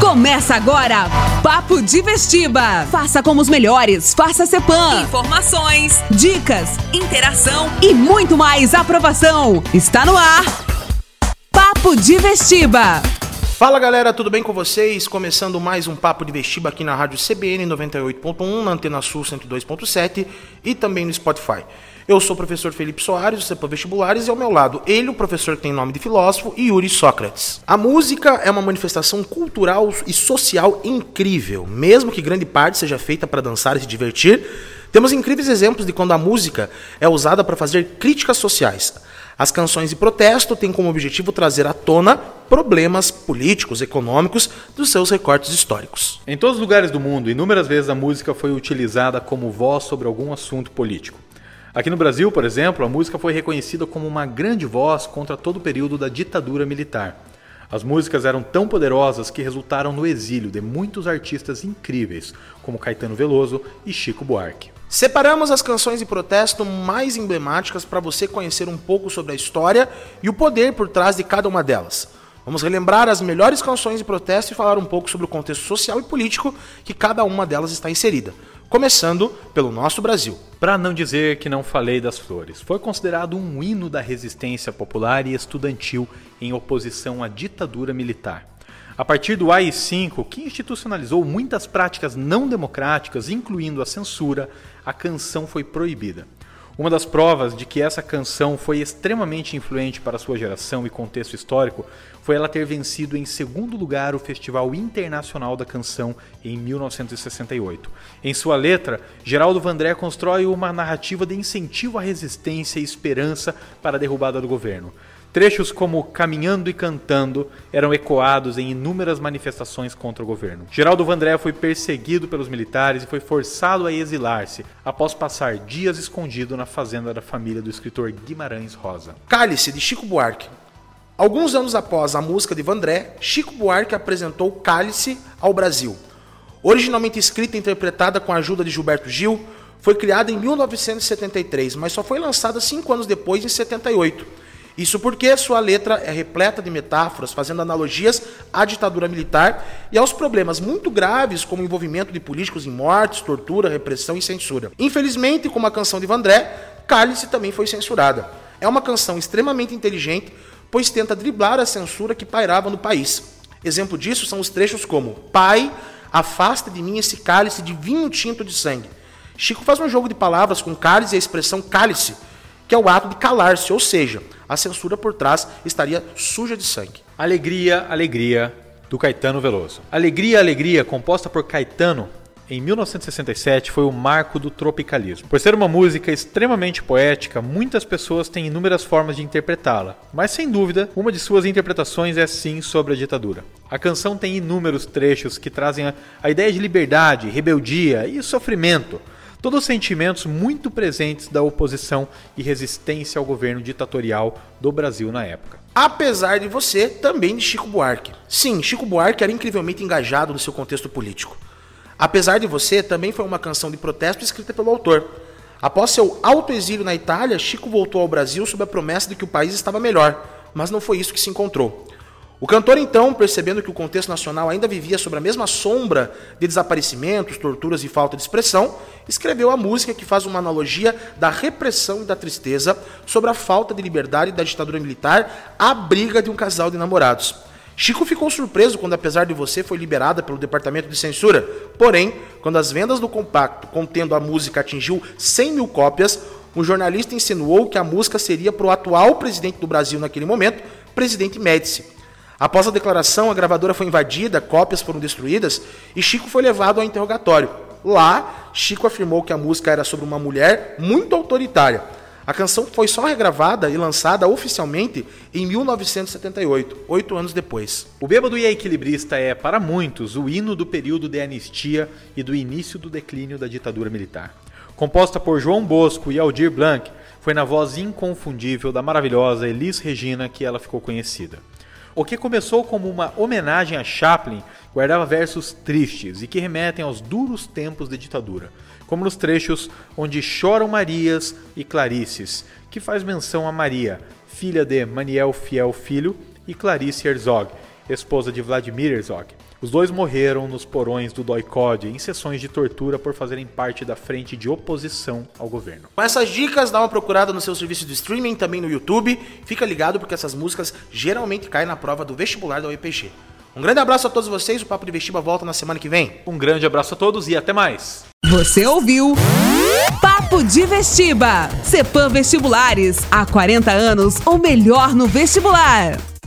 Começa agora, Papo de Vestiba. Faça como os melhores, faça Cepan. Informações, dicas, interação e muito mais aprovação. Está no ar, Papo de Vestiba. Fala galera, tudo bem com vocês? Começando mais um Papo de Vestiba aqui na Rádio CBN 98.1, na Antena Sul 102.7 e também no Spotify. Eu sou o professor Felipe Soares, do Cepan Vestibulares, e ao meu lado, ele, o professor que tem nome de filósofo, Yuri Sócrates. A música é uma manifestação cultural e social incrível. Mesmo que grande parte seja feita para dançar e se divertir, temos incríveis exemplos de quando a música é usada para fazer críticas sociais. As canções de protesto têm como objetivo trazer à tona problemas políticos, econômicos dos seus recortes históricos. Em todos os lugares do mundo, inúmeras vezes a música foi utilizada como voz sobre algum assunto político. Aqui no Brasil, por exemplo, a música foi reconhecida como uma grande voz contra todo o período da ditadura militar. As músicas eram tão poderosas que resultaram no exílio de muitos artistas incríveis, como Caetano Veloso e Chico Buarque. Separamos as canções de protesto mais emblemáticas para você conhecer um pouco sobre a história e o poder por trás de cada uma delas. Vamos relembrar as melhores canções de protesto e falar um pouco sobre o contexto social e político que cada uma delas está inserida. Começando pelo nosso Brasil. Para não dizer que não falei das flores, foi considerado um hino da resistência popular e estudantil em oposição à ditadura militar. A partir do AI-5, que institucionalizou muitas práticas não democráticas, incluindo a censura, a canção foi proibida. Uma das provas de que essa canção foi extremamente influente para sua geração e contexto histórico foi ela ter vencido em segundo lugar o Festival Internacional da Canção em 1968. Em sua letra, Geraldo Vandré constrói uma narrativa de incentivo à resistência e esperança para a derrubada do governo. Trechos como Caminhando e Cantando eram ecoados em inúmeras manifestações contra o governo. Geraldo Vandré foi perseguido pelos militares e foi forçado a exilar-se, após passar dias escondido na fazenda da família do escritor Guimarães Rosa. Cálice, de Chico Buarque. Alguns anos após a música de Vandré, Chico Buarque apresentou Cálice ao Brasil. Originalmente escrita e interpretada com a ajuda de Gilberto Gil, foi criada em 1973, mas só foi lançada 5 anos depois, em 78. Isso porque sua letra é repleta de metáforas, fazendo analogias à ditadura militar e aos problemas muito graves como o envolvimento de políticos em mortes, tortura, repressão e censura. Infelizmente, como a canção de Vandré, Cálice também foi censurada. É uma canção extremamente inteligente, pois tenta driblar a censura que pairava no país. Exemplo disso são os trechos como: Pai, afasta de mim esse cálice de vinho tinto de sangue. Chico faz um jogo de palavras com cálice e a expressão cálice, que é o ato de calar-se, ou seja, a censura por trás estaria suja de sangue. Alegria, Alegria, do Caetano Veloso. Alegria, Alegria, composta por Caetano, em 1967, foi o marco do tropicalismo. Por ser uma música extremamente poética, muitas pessoas têm inúmeras formas de interpretá-la, mas sem dúvida, uma de suas interpretações é sim sobre a ditadura. A canção tem inúmeros trechos que trazem a ideia de liberdade, rebeldia e sofrimento, todos sentimentos muito presentes da oposição e resistência ao governo ditatorial do Brasil na época. Apesar de você, também de Chico Buarque. Sim, Chico Buarque era incrivelmente engajado no seu contexto político. Apesar de você, também foi uma canção de protesto escrita pelo autor. Após seu autoexílio na Itália, Chico voltou ao Brasil sob a promessa de que o país estava melhor, mas não foi isso que se encontrou. O cantor, então, percebendo que o contexto nacional ainda vivia sob a mesma sombra de desaparecimentos, torturas e falta de expressão, escreveu a música que faz uma analogia da repressão e da tristeza sobre a falta de liberdade da ditadura militar à briga de um casal de namorados. Chico ficou surpreso quando Apesar de Você foi liberada pelo Departamento de Censura. Porém, quando as vendas do compacto contendo a música atingiu 100 mil cópias, um jornalista insinuou que a música seria para o atual presidente do Brasil naquele momento, presidente Médici. Após a declaração, a gravadora foi invadida, cópias foram destruídas e Chico foi levado ao interrogatório. Lá, Chico afirmou que a música era sobre uma mulher muito autoritária. A canção foi só regravada e lançada oficialmente em 1978, 8 anos depois. O Bêbado e a Equilibrista é, para muitos, o hino do período de anistia e do início do declínio da ditadura militar. Composta por João Bosco e Aldir Blanc, foi na voz inconfundível da maravilhosa Elis Regina que ela ficou conhecida. O que começou como uma homenagem a Chaplin guardava versos tristes e que remetem aos duros tempos de ditadura, como nos trechos onde choram Marias e Clarices, que faz menção a Maria, filha de Maniel Fiel Filho, e Clarice Herzog, esposa de Vladimir Herzog. Os dois morreram nos porões do DOI-CODE em sessões de tortura por fazerem parte da frente de oposição ao governo. Com essas dicas, dá uma procurada no seu serviço de streaming, também no YouTube. Fica ligado porque essas músicas geralmente caem na prova do vestibular da UEPG. Um grande abraço a todos vocês, o Papo de Vestiba volta na semana que vem. Um grande abraço a todos e até mais! Você ouviu Papo de Vestiba. Cepam Vestibulares. Há 40 anos, ou melhor no vestibular.